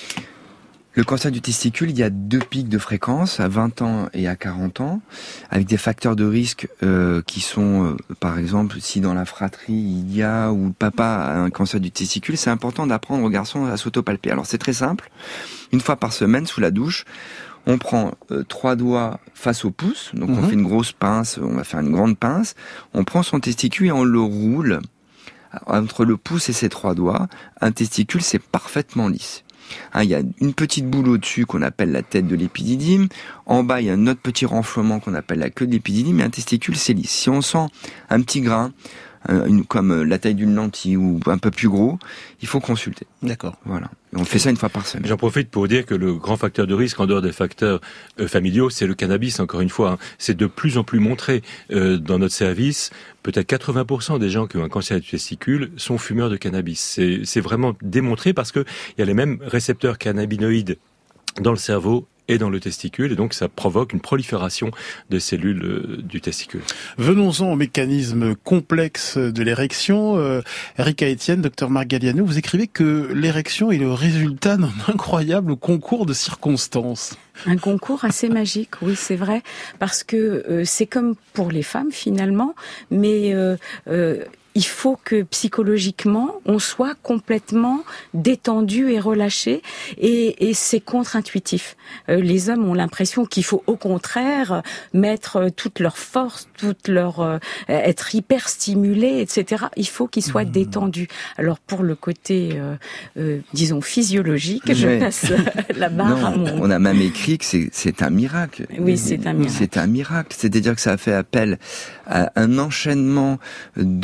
le cancer du testicule, il y a deux pics de fréquence, à vingt ans et à quarante ans, avec des facteurs de risque euh, qui sont, euh, par exemple, si dans la fratrie il y a, ou le papa a un cancer du testicule, c'est important d'apprendre aux garçons à s'autopalper. Alors c'est très simple, une fois par semaine, sous la douche, on prend euh, trois doigts face au pouce, donc mmh. on fait une grosse pince, on va faire une grande pince, on prend son testicule et on le roule entre le pouce et ses trois doigts. Un testicule, c'est parfaitement lisse. Hein, il y a une petite boule au-dessus qu'on appelle la tête de l'épididyme. En bas, il y a un autre petit renflement qu'on appelle la queue de l'épididyme. Et un testicule, c'est lisse. Si on sent un petit grain, une, comme la taille d'une lentille ou un peu plus gros, il faut consulter. D'accord. Voilà. Et on fait ça une fois par semaine. J'en profite pour dire que le grand facteur de risque, en dehors des facteurs euh, familiaux, c'est le cannabis, encore une fois. Hein. C'est de plus en plus montré euh, dans notre service. Peut-être quatre-vingts pour cent des gens qui ont un cancer du testicule sont fumeurs de cannabis. C'est, c'est vraiment démontré parce que il y a les mêmes récepteurs cannabinoïdes dans le cerveau et dans le testicule, et donc ça provoque une prolifération de cellules euh, du testicule. Venons-en au mécanisme complexe de l'érection. Euh, Erika Etienne, docteur Marc Galliano, vous écrivez que l'érection est le résultat d'un incroyable concours de circonstances. Un concours assez magique, oui, c'est vrai, parce que euh, c'est comme pour les femmes finalement, mais euh, euh, il faut que psychologiquement, on soit complètement détendu et relâché, et, et c'est contre-intuitif. Euh, les hommes ont l'impression qu'il faut au contraire mettre toute leur force, toute leur euh, être hyper stimulé, et cetera. Il faut qu'ils soient mmh. détendus. Alors pour le côté, euh, euh, disons physiologique, Mais... je passe la barre non, à mon. On a même écrit que c'est, c'est un miracle. Oui, c'est un miracle. C'est un miracle. C'est-à-dire que ça a fait appel à un enchaînement d'hormones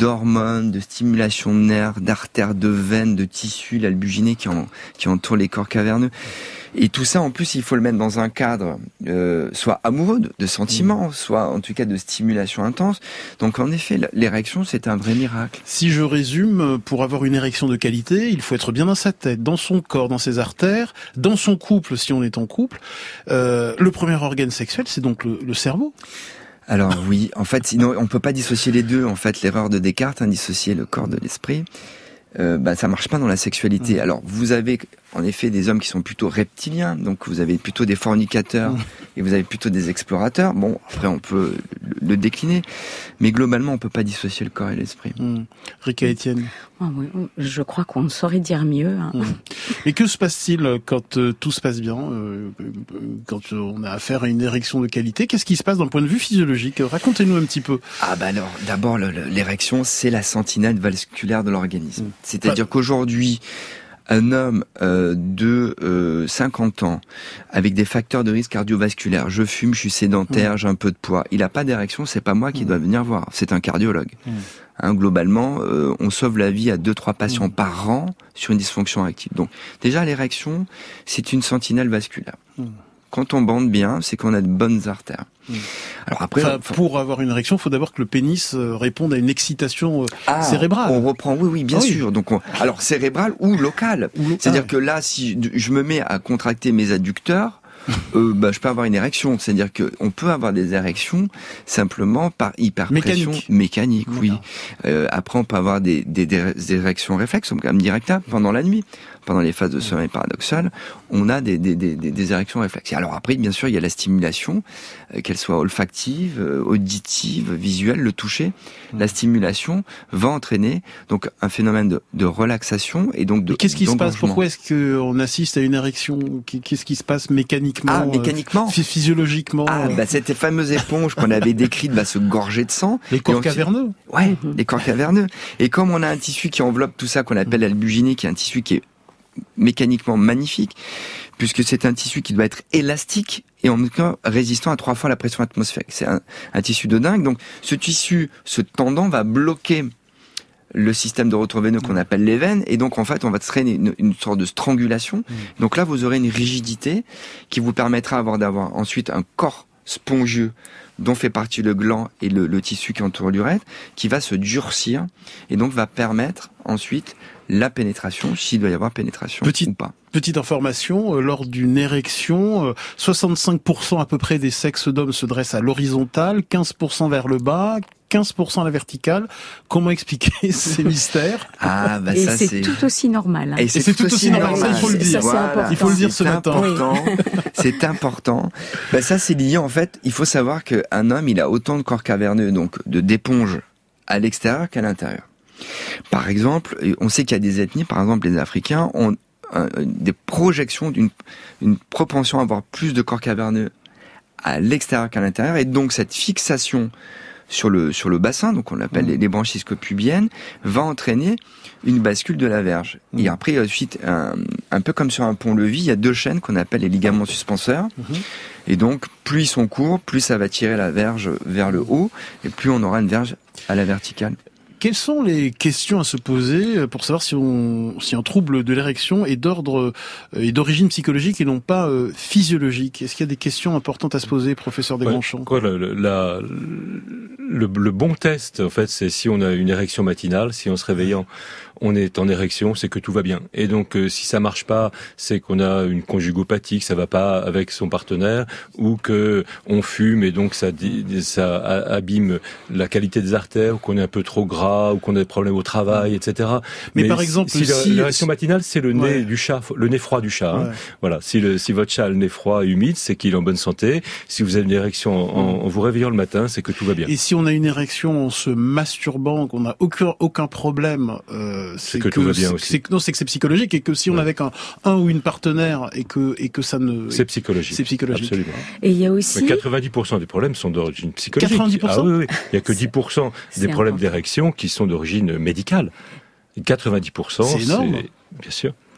hormones, de stimulation de nerfs, d'artères, de veines, de tissus, l'albuginée qui, en, qui entoure les corps caverneux. Et tout ça, en plus, il faut le mettre dans un cadre euh, soit amoureux, de, de sentiments, mmh. soit en tout cas de stimulation intense. Donc en effet, l'érection, c'est un vrai miracle. Si je résume, pour avoir une érection de qualité, il faut être bien dans sa tête, dans son corps, dans ses artères, dans son couple, si on est en couple. Euh, le premier organe sexuel, c'est donc le, le cerveau. Alors oui, en fait, sinon on peut pas dissocier les deux. En fait, l'erreur de Descartes, hein, dissocier le corps de l'esprit. Euh, bah, ça marche pas dans la sexualité. Mmh. Alors, vous avez en effet des hommes qui sont plutôt reptiliens, donc vous avez plutôt des fornicateurs mmh. et vous avez plutôt des explorateurs. Bon, après on peut le, le décliner, mais globalement on peut pas dissocier le corps et l'esprit. Mmh. Rika Etienne. Oh, oui, je crois qu'on ne saurait dire mieux. Hein. Mmh. Et que se passe-t-il quand euh, tout se passe bien, euh, quand on a affaire à une érection de qualité? Qu'est-ce qui se passe d'un point de vue physiologique? Racontez-nous un petit peu. Ah bah alors, d'abord le, le, l'érection, c'est la sentinelle vasculaire de l'organisme. Mmh. C'est-à-dire qu'aujourd'hui, un homme euh, de euh, cinquante ans, avec des facteurs de risque cardiovasculaire, je fume, je suis sédentaire, mmh. j'ai un peu de poids, il n'a pas d'érection, c'est pas moi qui mmh. dois venir voir, c'est un cardiologue. Mmh. Hein, globalement, euh, on sauve la vie à deux trois patients mmh. par an sur une dysfonction érectile. Donc déjà, l'érection, c'est une sentinelle vasculaire. Mmh. Quand on bande bien, c'est qu'on a de bonnes artères. Mmh. Alors après, enfin, faut... pour avoir une érection, il faut d'abord que le pénis réponde à une excitation ah, cérébrale. On reprend, oui, oui, bien ah, sûr. Oui. Donc, on... alors cérébrale ou locale. Ou lo... C'est-à-dire ah, que là, si je me mets à contracter mes adducteurs, euh, bah, je peux avoir une érection. C'est-à-dire que on peut avoir des érections simplement par hyperpression mécanique. mécanique oui. Euh, après, on peut avoir des, des, des érections réflexes, comme directa pendant la nuit. Pendant les phases de sommeil paradoxal, on a des, des, des, des érections réflexes. Alors après, bien sûr, il y a la stimulation, euh, qu'elle soit olfactive, euh, auditive, visuelle, le toucher. Mmh. La stimulation va entraîner donc un phénomène de, de relaxation et donc de. Mais qu'est-ce qui se passe? Pourquoi est-ce qu'on assiste à une érection? Qu'est-ce qui se passe mécaniquement? Ah, mécaniquement, euh, physiologiquement. Ah, bah cette fameuse éponge qu'on avait décrite va se gorger de sang. Les corps caverneux. Ouais, mmh. les corps caverneux. Et comme on a un tissu qui enveloppe tout ça, qu'on appelle l'albuginée, qui est un tissu qui est mécaniquement magnifique, puisque c'est un tissu qui doit être élastique et en même temps résistant à trois fois la pression atmosphérique. C'est un, un tissu de dingue. Donc ce tissu, ce tendon va bloquer le système de retour veineux qu'on appelle les veines, et donc en fait on va traîner une, une sorte de strangulation. Mmh. Donc là vous aurez une rigidité qui vous permettra d'avoir, d'avoir ensuite un corps spongieux dont fait partie le gland et le, le tissu qui entoure l'urètre, qui va se durcir et donc va permettre ensuite la pénétration, s'il doit y avoir pénétration petite, ou pas. Petite information, euh, lors d'une érection, euh, soixante-cinq pour cent à peu près des sexes d'hommes se dressent à l'horizontale, quinze pour cent vers le bas, quinze pour cent à la verticale. Comment expliquer ces mystères? Ah, bah et ça c'est, c'est tout aussi normal. Hein. Et c'est, et c'est tout, tout aussi normal. normal. Ça, il faut le dire. Ça, voilà. Il faut le dire ce c'est matin. Important. C'est important. Bah ça c'est lié en fait. Il faut savoir qu'un homme il a autant de corps caverneux, donc de d'éponges à l'extérieur qu'à l'intérieur. Par exemple, on sait qu'il y a des ethnies, par exemple les Africains, ont euh, des projections d'une une propension à avoir plus de corps caverneux à l'extérieur qu'à l'intérieur, et donc cette fixation sur le sur le bassin, donc on l'appelle mmh. les, les branchies scopubiennes, va entraîner une bascule de la verge. Mmh. Et après, ensuite, un, un peu comme sur un pont-levis, il y a deux chaînes qu'on appelle les ligaments suspenseurs. Mmh. Et donc, plus ils sont courts, plus ça va tirer la verge vers le haut, et plus on aura une verge à la verticale. Quelles sont les questions à se poser pour savoir si, on, si un trouble de l'érection est d'ordre et d'origine psychologique et non pas euh, physiologique? Est-ce qu'il y a des questions importantes à se poser, professeur Desgrands-Champs? Ouais, quoi, le, la, le, le bon test, en fait, c'est si on a une érection matinale, si en se réveillant, on est en érection, c'est que tout va bien. Et donc, euh, si ça marche pas, c'est qu'on a une conjugopathie, que ça va pas avec son partenaire, ou que on fume et donc ça, ça abîme la qualité des artères, ou qu'on est un peu trop gras, ou qu'on a des problèmes au travail, et cetera. Mais, Mais par exemple, si, si l'érection matinale, c'est le ouais. nez du chat, le nez froid du chat. Ouais. Hein. Voilà. Si, le, si votre chat a le nez froid et humide, c'est qu'il est en bonne santé. Si vous avez une érection en, en, en vous réveillant le matin, c'est que tout va bien. Et si on a une érection en se masturbant, qu'on n'a aucun aucun problème, euh, c'est, c'est que, que tout va bien aussi. C'est, non, c'est que c'est psychologique, et que si on ouais. avait un, un ou une partenaire et que et que ça ne c'est psychologique. C'est psychologique. Absolument. Et il y a aussi mais quatre-vingt-dix pour cent des problèmes sont d'origine psychologique. quatre-vingt-dix pour cent Ah oui, oui. Il y a que dix pour cent des c'est problèmes important. d'érection qui sont d'origine médicale. quatre-vingt-dix pour cent c'est énorme. C'est, bien sûr.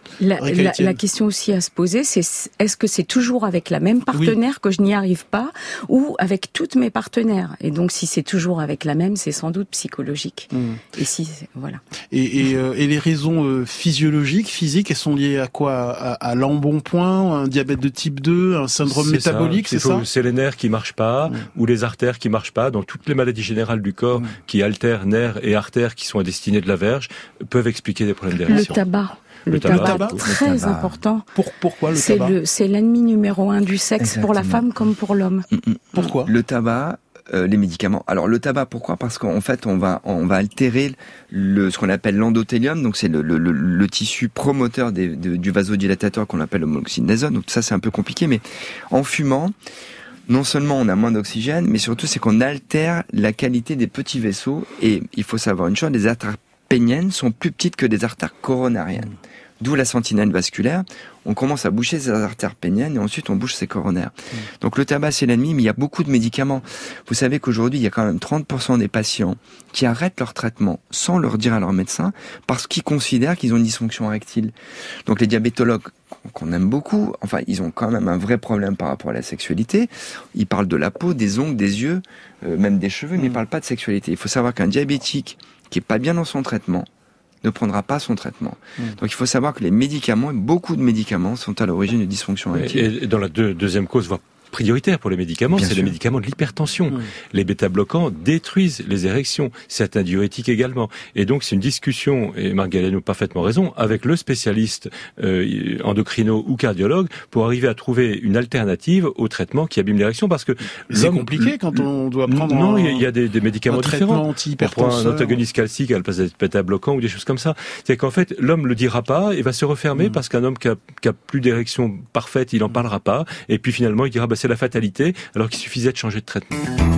La, la, la question aussi à se poser, c'est est-ce que c'est toujours avec la même partenaire oui. que je n'y arrive pas, ou avec toutes mes partenaires? Et donc, si c'est toujours avec la même, c'est sans doute psychologique. Mmh. Et si, voilà. Et, et, euh, et les raisons euh, physiologiques, physiques, elles sont liées à quoi? À, à l'embonpoint, un diabète de type deux, un syndrome c'est métabolique, ça. c'est ça? C'est les nerfs qui marchent pas, mmh. ou les artères qui marchent pas. Donc, toutes les maladies générales du corps mmh. qui altèrent nerfs et artères qui sont à destinée de la verge peuvent expliquer des problèmes d'érection. Le tabac. Le, le tabac, tabac, est très le tabac. important. Pour, pourquoi le c'est tabac? le, C'est l'ennemi numéro un du sexe. Exactement. Pour la femme comme pour l'homme. Mmh, mmh. Pourquoi? Le tabac, euh, les médicaments. Alors le tabac, pourquoi? Parce qu'en fait, on va, on va altérer le, ce qu'on appelle l'endothélium. Donc c'est le, le, le, le tissu promoteur des, de, du vasodilatateur qu'on appelle le monoxyde d'azote. Donc ça, c'est un peu compliqué. Mais en fumant, non seulement on a moins d'oxygène, mais surtout c'est qu'on altère la qualité des petits vaisseaux. Et il faut savoir une chose, les artères péniennes sont plus petites que des artères coronariennes. D'où la sentinelle vasculaire. On commence à boucher ses artères péniennes et ensuite on bouche ses coronaires. Mmh. Donc le tabac c'est l'ennemi, mais il y a beaucoup de médicaments. Vous savez qu'aujourd'hui il y a quand même trente pour cent des patients qui arrêtent leur traitement sans leur dire à leur médecin parce qu'ils considèrent qu'ils ont une dysfonction érectile. Donc les diabétologues qu'on aime beaucoup, enfin ils ont quand même un vrai problème par rapport à la sexualité. Ils parlent de la peau, des ongles, des yeux, euh, même des cheveux, mmh. mais ils parlent pas de sexualité. Il faut savoir qu'un diabétique qui est pas bien dans son traitement ne prendra pas son traitement. Mmh. Donc il faut savoir que les médicaments, beaucoup de médicaments, sont à l'origine de dysfonction érectile. Et dans la deux, deuxième cause, voire prioritaire pour les médicaments, Bien c'est sûr. les médicaments de l'hypertension. Mmh. Les bêta-bloquants détruisent les érections, certains diurétiques également. Et donc c'est une discussion, et Marc Galliano a parfaitement raison, avec le spécialiste euh, endocrino ou cardiologue pour arriver à trouver une alternative au traitement qui abîme l'érection, parce que c'est compliqué quand on doit prendre non, un, il y a des, des médicaments un différents. On prend un antagoniste calcique à la place d'être bêta-bloquant ou des choses comme ça. C'est qu'en fait l'homme le dira pas et va se refermer mmh. parce qu'un homme qui a, qui a plus d'érection parfaite, il en parlera pas. Et puis finalement il dira bah, c'est la fatalité, alors qu'il suffisait de changer de traitement.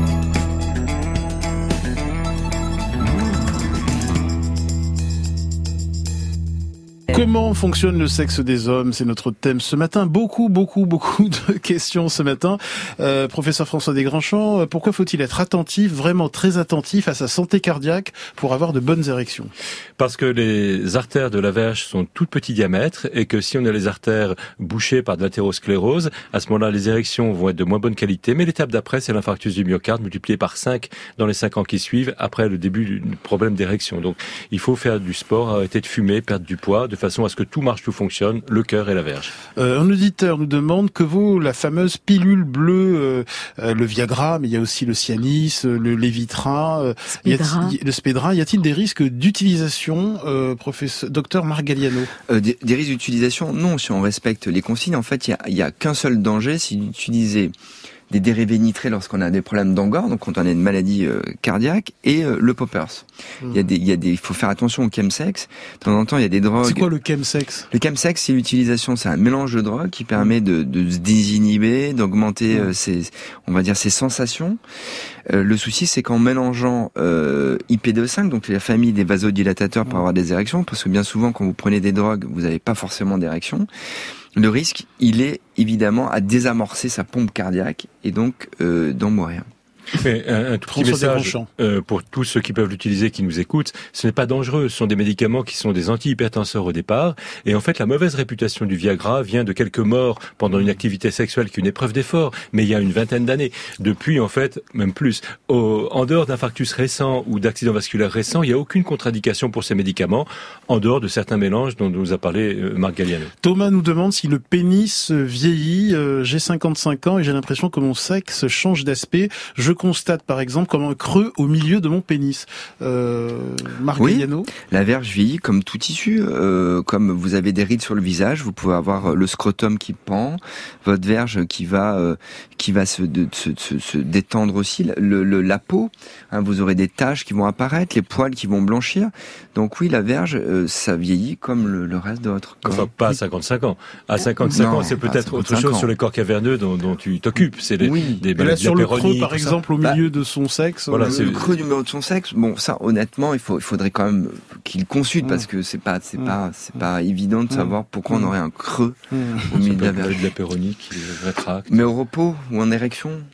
Comment fonctionne le sexe des hommes? C'est notre thème ce matin. Beaucoup, beaucoup, beaucoup de questions ce matin. Euh, professeur François Desgrands-Champs, pourquoi faut-il être attentif, vraiment très attentif à sa santé cardiaque pour avoir de bonnes érections? Parce que les artères de la verge sont tout petits diamètres et que si on a les artères bouchées par de l'athérosclérose, à ce moment-là, les érections vont être de moins bonne qualité. Mais l'étape d'après, c'est l'infarctus du myocarde multiplié par cinq dans les cinq ans qui suivent après le début du problème d'érection. Donc, il faut faire du sport, arrêter de fumer, perdre du poids, de façon à ce que tout marche, tout fonctionne, le cœur et la verge. Euh, un auditeur nous demande que vaut la fameuse pilule bleue, euh, euh, le Viagra, mais il y a aussi le Cialis, le Levitra, euh, Spédra. le Spédra. Y a-t-il des risques d'utilisation, euh, professeur, docteur Marc Galliano? euh, des, des risques d'utilisation? Non, si on respecte les consignes. En fait, il y a, y a qu'un seul danger, c'est d'utiliser des dérivés nitrés lorsqu'on a des problèmes d'angor, donc quand on a une maladie euh, cardiaque, et euh, le poppers. Mmh. Il y a des, il y a des, il faut faire attention au chemsex. De temps en temps, il y a des drogues. C'est quoi le chemsex? Le chemsex, c'est l'utilisation, c'est un mélange de drogues qui permet de, de se désinhiber, d'augmenter, mmh. euh, ses, on va dire, ses sensations. Euh, le souci, c'est qu'en mélangeant euh, I P D cinq, donc la famille des vasodilatateurs pour mmh. avoir des érections, parce que bien souvent, quand vous prenez des drogues, vous n'avez pas forcément d'érection. Le risque, il est évidemment à désamorcer sa pompe cardiaque et donc euh, d'en mourir. Mais un, un tout petit message euh, pour tous ceux qui peuvent l'utiliser, qui nous écoutent, ce n'est pas dangereux. Ce sont des médicaments qui sont des antihypertenseurs au départ. Et en fait, la mauvaise réputation du Viagra vient de quelques morts pendant une activité sexuelle qui est une épreuve d'effort, mais il y a une vingtaine d'années. Depuis, en fait, même plus. Au, en dehors d'infarctus récents ou d'accidents vasculaires récents, il n'y a aucune contre-indication pour ces médicaments, en dehors de certains mélanges dont nous a parlé euh, Marc Galliano. Thomas nous demande si le pénis vieillit. Euh, j'ai cinquante-cinq ans et j'ai l'impression que mon sexe change d'aspect. Je constate par exemple comme un creux au milieu de mon pénis. Euh, Marc oui, Galliano. La verge vieillit comme tout tissu. Euh, comme vous avez des rides sur le visage, vous pouvez avoir le scrotum qui pend, votre verge qui va euh, qui va se, de, se, se, se détendre aussi. Le, le, la peau, hein, vous aurez des taches qui vont apparaître, les poils qui vont blanchir. Donc oui, la verge, euh, ça vieillit comme le, le reste de votre corps. Enfin, pas à cinquante-cinq ans. À cinquante-cinq non, ans, c'est peut-être autre chose ans. Sur les corps caverneux dont, dont tu t'occupes. C'est les, oui. des maladies de la sur le creux, par exemple, au milieu bah, de son sexe. Voilà, le, c'est le creux du milieu de son sexe. Bon, ça, honnêtement, il faut, il faudrait quand même qu'il consulte mmh. parce que c'est pas, c'est mmh. pas, c'est pas évident de savoir pourquoi mmh. on aurait un creux mmh. au milieu de la verge. De la péronie qui rétracte. Mais au repos ou en érection.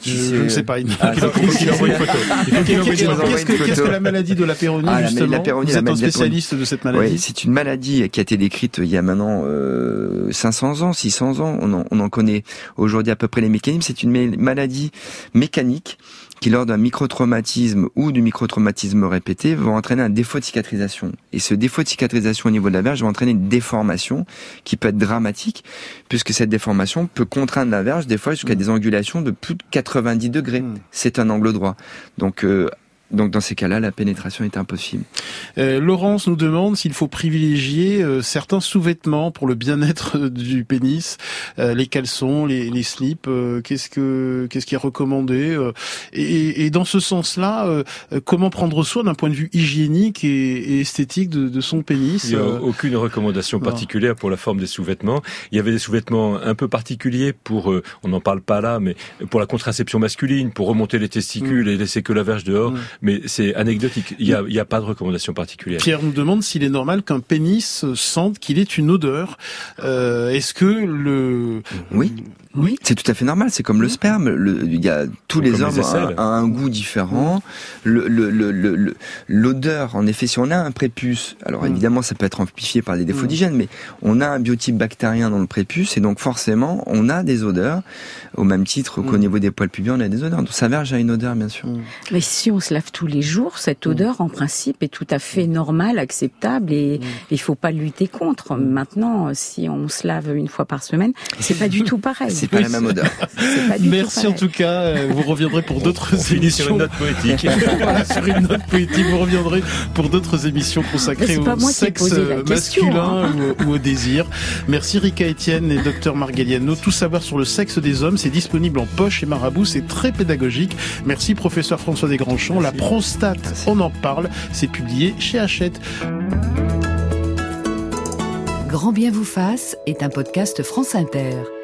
Je, je ne sais pas. Il ah, faut qu'il envoie une photo. Il faut qu'il envoie une photo. Qu'est-ce que, qu'est-ce que la maladie de la Peyronie, ah, justement la Peyronie, Vous êtes un spécialiste de cette maladie. Oui, c'est une maladie qui a été décrite il y a maintenant euh, cinq cents ans, six cents ans. On en, on en connaît aujourd'hui à peu près les mécanismes. C'est une maladie mécanique qui, lors d'un microtraumatisme ou du microtraumatisme répété, va entraîner un défaut de cicatrisation. Et ce défaut de cicatrisation au niveau de la verge va entraîner une déformation qui peut être dramatique, puisque cette déformation peut contraindre la verge, des fois jusqu'à des angulations de plus de quatre-vingt-dix degrés. Mmh. C'est un angle droit. Donc, euh, Donc dans ces cas-là, la pénétration est impossible. Euh, Laurence nous demande s'il faut privilégier euh, certains sous-vêtements pour le bien-être du pénis, euh, les caleçons, les, les slips. Euh, qu'est-ce que qu'est-ce qui est recommandé euh, et, et dans ce sens-là, euh, comment prendre soin d'un point de vue hygiénique et, et esthétique de, de son pénis? Il n'y a euh... aucune recommandation particulière pour la forme des sous-vêtements. Il y avait des sous-vêtements un peu particuliers pour, euh, on n'en parle pas là, mais pour la contraception masculine, pour remonter les testicules mmh. et laisser que la verge dehors. Mmh. Mais c'est anecdotique. Il y a, il y a pas de recommandation particulière. Pierre nous demande s'il est normal qu'un pénis sente qu'il ait une odeur. Euh, est-ce que le... Oui. Oui, c'est tout à fait normal. C'est comme le sperme. Le, il y a tous les comme hommes les ont un, un goût différent. Le, le, le, le, l'odeur, en effet, si on a un prépuce, alors évidemment, ça peut être amplifié par des défauts d'hygiène, mais on a un biotype bactérien dans le prépuce, et donc forcément, on a des odeurs, au même titre qu'au niveau des poils pubiens, on a des odeurs. Donc sa verge a une odeur, bien sûr. Mais si on se lave tous les jours, cette odeur, en principe, est tout à fait normale, acceptable, et il faut pas lutter contre. Maintenant, si on se lave une fois par semaine, c'est pas du tout pareil. C'est pas oui, la même odeur. Merci en tout cas. Vous reviendrez pour d'autres on émissions. Sur une note poétique. Voilà, sur une note poétique. Vous reviendrez pour d'autres émissions consacrées au sexe masculin question, hein. ou, ou au désir. Merci Rika Etienne et Docteur Margaliano. Tout savoir sur le sexe des hommes, c'est disponible en poche et Marabout. C'est très pédagogique. Merci professeur François Desgrandchamps. La prostate, Merci. On en parle. C'est publié chez Hachette. Grand bien vous fasse est un podcast France Inter.